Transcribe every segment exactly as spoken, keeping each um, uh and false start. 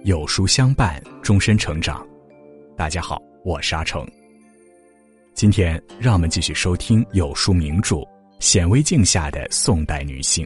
有书相伴，终身成长。大家好，我是阿成。今天让我们继续收听有书名著《显微镜下的宋代女性》。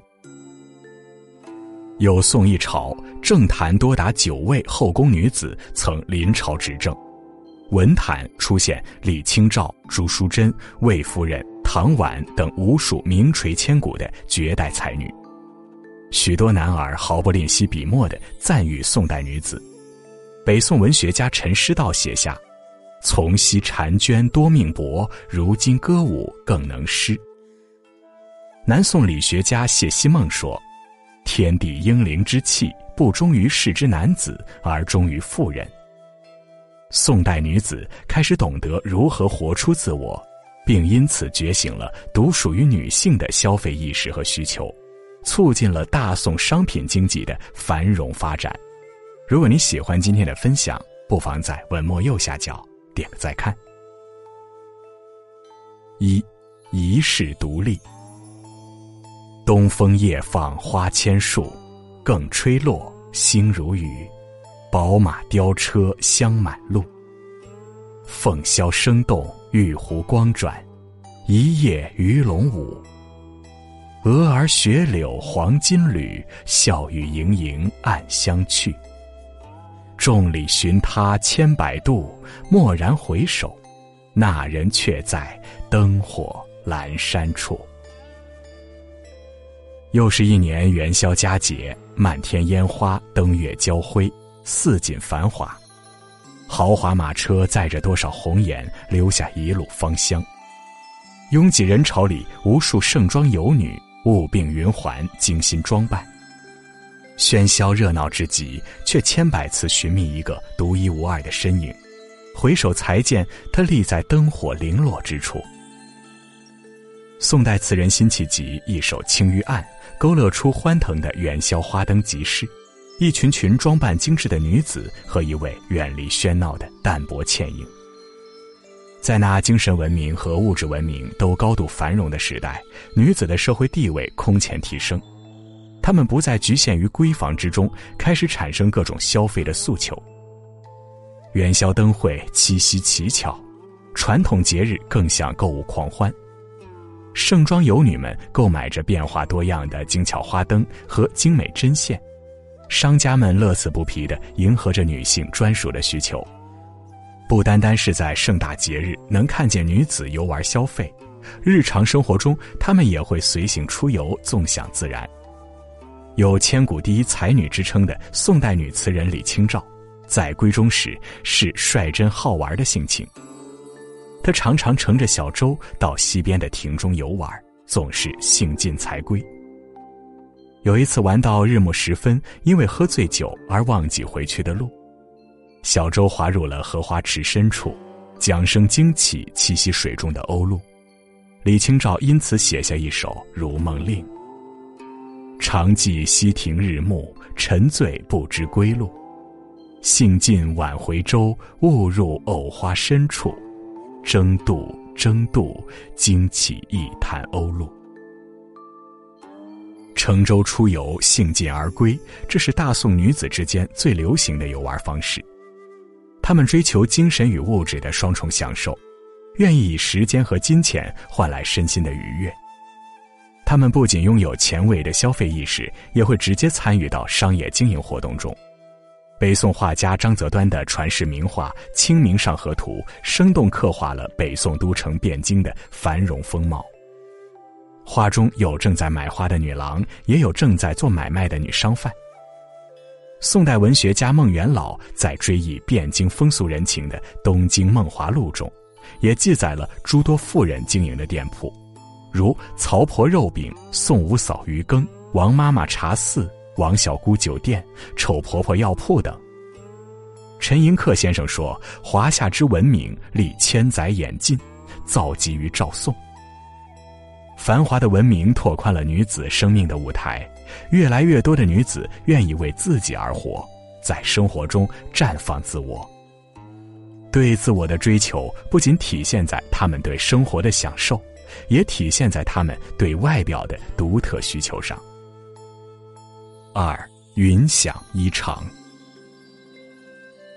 有宋一朝，政坛多达九位后宫女子曾临朝执政，文坛出现李清照、朱淑珍、魏夫人、唐婉等无数名垂千古的绝代才女。许多男儿毫不吝惜笔墨地赞誉宋代女子。北宋文学家陈师道写下：从昔婵娟多命薄，如今歌舞更能诗。南宋理学家谢希孟说：天地英灵之气，不忠于世之男子，而忠于妇人。宋代女子开始懂得如何活出自我，并因此觉醒了独属于女性的消费意识和需求，促进了大宋商品经济的繁荣发展。如果你喜欢今天的分享，不妨在文末右下角点个再看。一、遗世独立。东风夜放花千树，更吹落，星如雨。宝马雕车香满路，凤箫声动，玉壶光转，一夜鱼龙舞。蛾儿雪柳黄金缕，笑语盈盈暗香去。众里寻他千百度，蓦然回首，那人却在灯火阑珊处。又是一年元宵佳节，漫天烟花，灯月交辉，四锦繁华。豪华马车载着多少红颜，留下一路芳香。拥挤人潮里，无数盛装游女舞鬓云环，精心装扮。喧嚣热闹之极，却千百次寻觅一个独一无二的身影，回首才见他立在灯火零落之处。宋代词人辛弃疾一首《青玉案》勾勒出欢腾的元宵花灯集市，一群群装扮精致的女子和一位远离喧闹的淡泊倩影。在那精神文明和物质文明都高度繁荣的时代，女子的社会地位空前提升，她们不再局限于闺房之中，开始产生各种消费的诉求。元宵灯会七夕乞巧，传统节日更像购物狂欢。盛装游女们购买着变化多样的精巧花灯和精美针线，商家们乐此不疲地迎合着女性专属的需求。不单单是在盛大节日能看见女子游玩消费，日常生活中她们也会随行出游，纵享自然。有千古第一才女之称的宋代女词人李清照，在闺中时是率真好玩的性情。她常常乘着小舟到溪边的亭中游玩，总是兴尽才归。有一次玩到日暮时分，因为喝醉酒而忘记回去的路，小舟滑入了荷花池深处，桨声惊起栖息水中的鸥鹭。李清照因此写下一首《如梦令》：常记溪亭日暮，沉醉不知归路。兴尽晚回舟，误入藕花深处。争渡争渡，惊起一滩鸥鹭。乘舟出游，兴尽而归，这是大宋女子之间最流行的游玩方式。她们追求精神与物质的双重享受，愿意以时间和金钱换来身心的愉悦。她们不仅拥有前卫的消费意识，也会直接参与到商业经营活动中。北宋画家张择端的传世名画《清明上河图》生动刻画了北宋都城汴京的繁荣风貌。画中有正在买花的女郎，也有正在做买卖的女商贩。宋代文学家孟元老在追忆汴京风俗人情的《东京梦华录》中，也记载了诸多妇人经营的店铺，如曹婆肉饼、宋五嫂鱼羹、王妈妈茶肆、王小姑酒店、丑婆婆药铺等。陈寅恪先生说，华夏之文明历千载演进，造极于赵宋。繁华的文明拓宽了女子生命的舞台，越来越多的女子愿意为自己而活，在生活中绽放自我。对自我的追求不仅体现在她们对生活的享受，也体现在她们对外表的独特需求上。二、云想衣裳。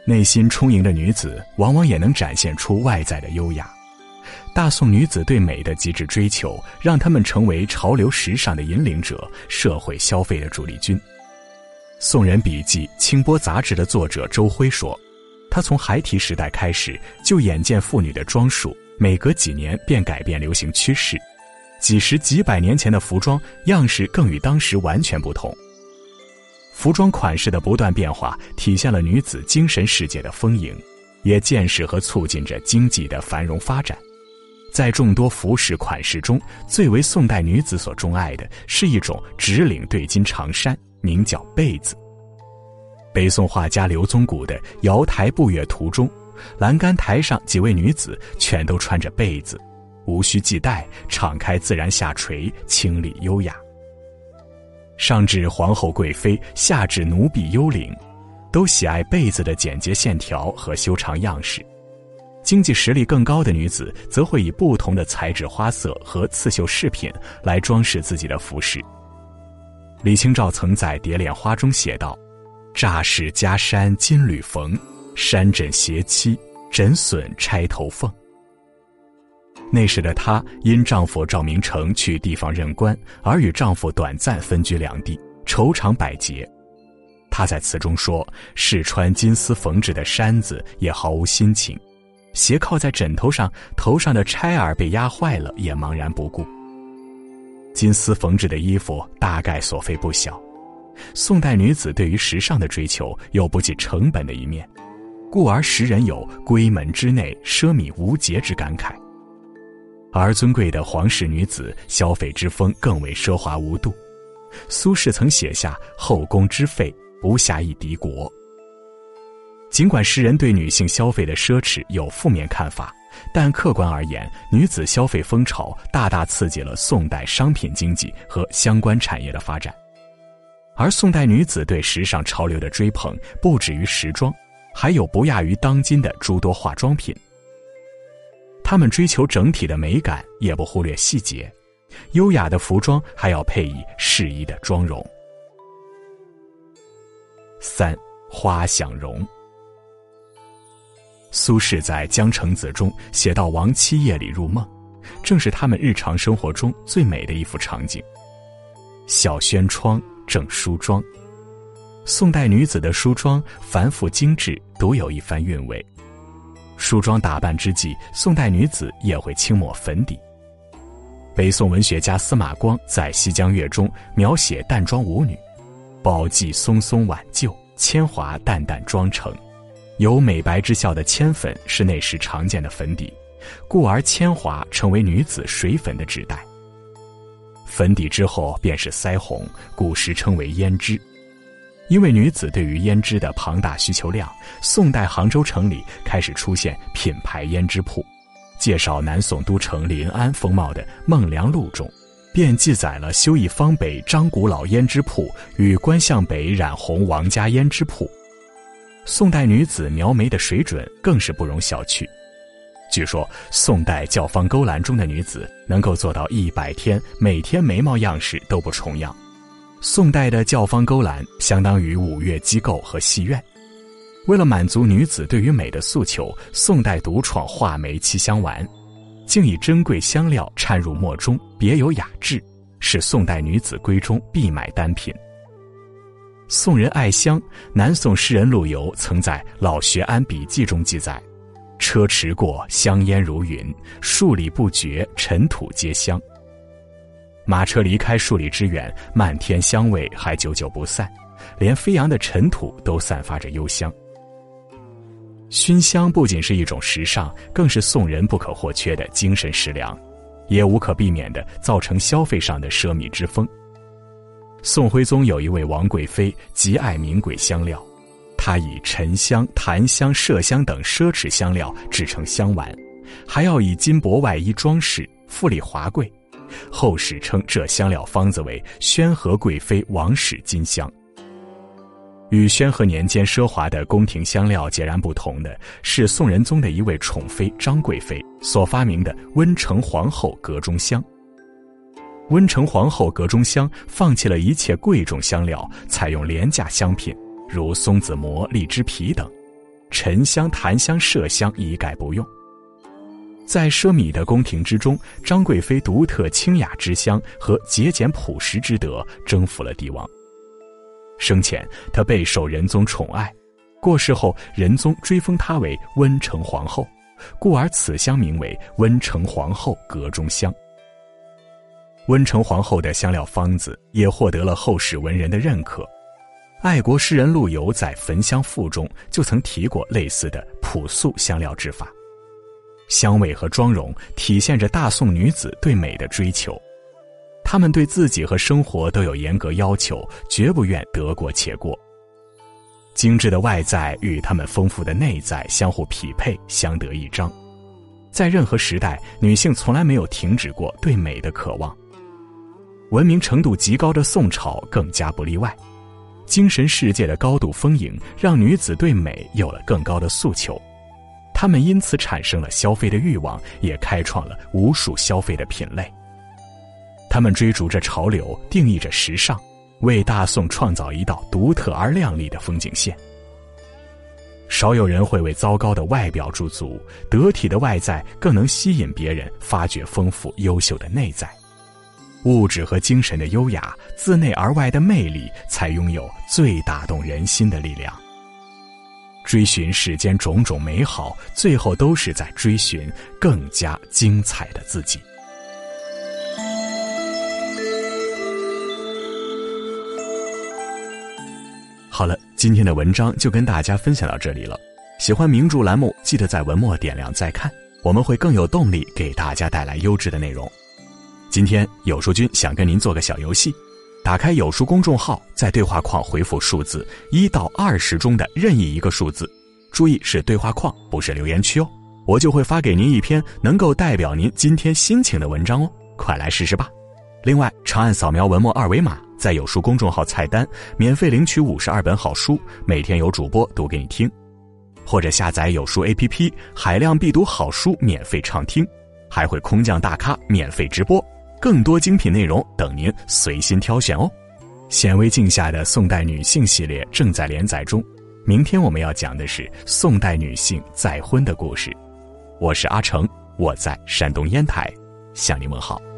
内心充盈的女子往往也能展现出外在的优雅。大宋女子对美的极致追求，让她们成为潮流时尚的引领者，社会消费的主力军。宋人笔记《清波杂志》的作者周辉说，他从孩提时代开始就眼见妇女的装束每隔几年便改变流行趋势，几十几百年前的服装样式更与当时完全不同。服装款式的不断变化体现了女子精神世界的丰盈，也见识和促进着经济的繁荣发展。在众多服饰款式中，最为宋代女子所钟爱的是一种直领对襟长衫，名叫被子。北宋画家刘宗谷的《瑶台步月图》中，栏杆台上几位女子全都穿着被子，无需系带，敞开自然下垂，清丽优雅。上至皇后贵妃，下至奴婢幽灵，都喜爱被子的简洁线条和修长样式。经济实力更高的女子则会以不同的材质花色和刺绣饰品来装饰自己的服饰。李清照曾在《蝶恋花》中写道：乍是袈衫金缕缝，衫枕斜漆，枕损钗头凤。那时的她因丈夫赵明诚去地方任官，而与丈夫短暂分居两地，愁肠百结。她在词中说，试穿金丝缝制的衫子也毫无心情，斜靠在枕头上，头上的钗儿被压坏了也茫然不顾。金丝缝制的衣服大概所费不小。宋代女子对于时尚的追求有不计成本的一面，故而时人有闺门之内奢靡无节之感慨。而尊贵的皇室女子消费之风更为奢华无度。苏轼曾写下后宫之费，不下一敌国。尽管诗人对女性消费的奢侈有负面看法，但客观而言，女子消费风潮大大刺激了宋代商品经济和相关产业的发展。而宋代女子对时尚潮流的追捧不止于时装，还有不亚于当今的诸多化妆品。她们追求整体的美感，也不忽略细节，优雅的服装还要配以适宜的妆容。三、花想容。苏轼在《江城子》中写到王妻夜里入梦，正是他们日常生活中最美的一幅场景。小轩窗，正梳妆。宋代女子的梳妆繁复精致，独有一番韵味。梳妆打扮之际，宋代女子也会轻抹粉底。北宋文学家司马光在《西江月》中描写淡妆舞女，宝髻松松挽救，铅华淡淡妆成。有美白之效的铅粉是那时常见的粉底，故而铅华成为女子水粉的指代。粉底之后便是腮红，古时称为胭脂。因为女子对于胭脂的庞大需求量，宋代杭州城里开始出现品牌胭脂铺。介绍南宋都城临安风貌的《孟良录》中，便记载了修义坊北张古老胭脂铺与关巷北染红王家胭脂铺。宋代女子描眉的水准更是不容小觑。据说宋代教坊勾栏中的女子能够做到一百天每天眉毛样式都不重样。宋代的教坊勾栏相当于五岳机构和戏院。为了满足女子对于美的诉求，宋代独创画眉漆香丸，竟以珍贵香料掺入墨中，别有雅致，是宋代女子闺中必买单品。宋人爱香，南宋诗人陆游曾在《老学庵笔记》中记载：车驰过，香烟如云，数里不绝，尘土皆香。马车离开数里之远，漫天香味还久久不散，连飞扬的尘土都散发着幽香。熏香不仅是一种时尚，更是宋人不可或缺的精神食粮，也无可避免地造成消费上的奢靡之风。宋徽宗有一位王贵妃极爱名贵香料，她以沉香、檀香、麝香等奢侈香料制成香丸，还要以金箔外衣装饰，富丽华贵。后世称这香料方子为宣和贵妃王氏金香。与宣和年间奢华的宫廷香料截然不同的是，宋仁宗的一位宠妃张贵妃所发明的温成皇后阁中香。温成皇后阁中香放弃了一切贵重香料，采用廉价香品，如松子膜、荔枝皮等， 沉香、檀香、麝香一概不用。在奢靡的宫廷之中，张贵妃独特清雅之香和节俭朴实之德征服了帝王。生前她备受仁宗宠爱，过世后仁宗追封她为温成皇后，故而此香名为温成皇后阁中香。温成皇后的香料方子也获得了后世文人的认可。爱国诗人陆游在《焚香赋》中就曾提过类似的朴素香料制法。香味和妆容体现着大宋女子对美的追求，她们对自己和生活都有严格要求，绝不愿得过且过。精致的外在与她们丰富的内在相互匹配，相得益彰。在任何时代，女性从来没有停止过对美的渴望。文明程度极高的宋朝更加不例外，精神世界的高度丰盈让女子对美有了更高的诉求，她们因此产生了消费的欲望，也开创了无数消费的品类。她们追逐着潮流，定义着时尚，为大宋创造一道独特而亮丽的风景线。少有人会为糟糕的外表驻足，得体的外在更能吸引别人，发掘丰富优秀的内在。物质和精神的优雅，自内而外的魅力，才拥有最打动人心的力量。追寻世间种种美好，最后都是在追寻更加精彩的自己。好了，今天的文章就跟大家分享到这里了。喜欢名著栏目，记得在文末点亮再看，我们会更有动力给大家带来优质的内容。今天有书君想跟您做个小游戏，打开有书公众号，在对话框回复数字一到二十中的任意一个数字，注意是对话框，不是留言区哦，我就会发给您一篇能够代表您今天心情的文章哦，快来试试吧。另外，长按扫描文末二维码，在有书公众号菜单免费领取五十二本好书，每天有主播读给你听，或者下载有书 A P P， 海量必读好书免费畅听，还会空降大咖免费直播，更多精品内容等您随心挑选哦。显微镜下的宋代女性系列正在连载中，明天我们要讲的是宋代女性再婚的故事。我是阿成，我在山东烟台向您问好。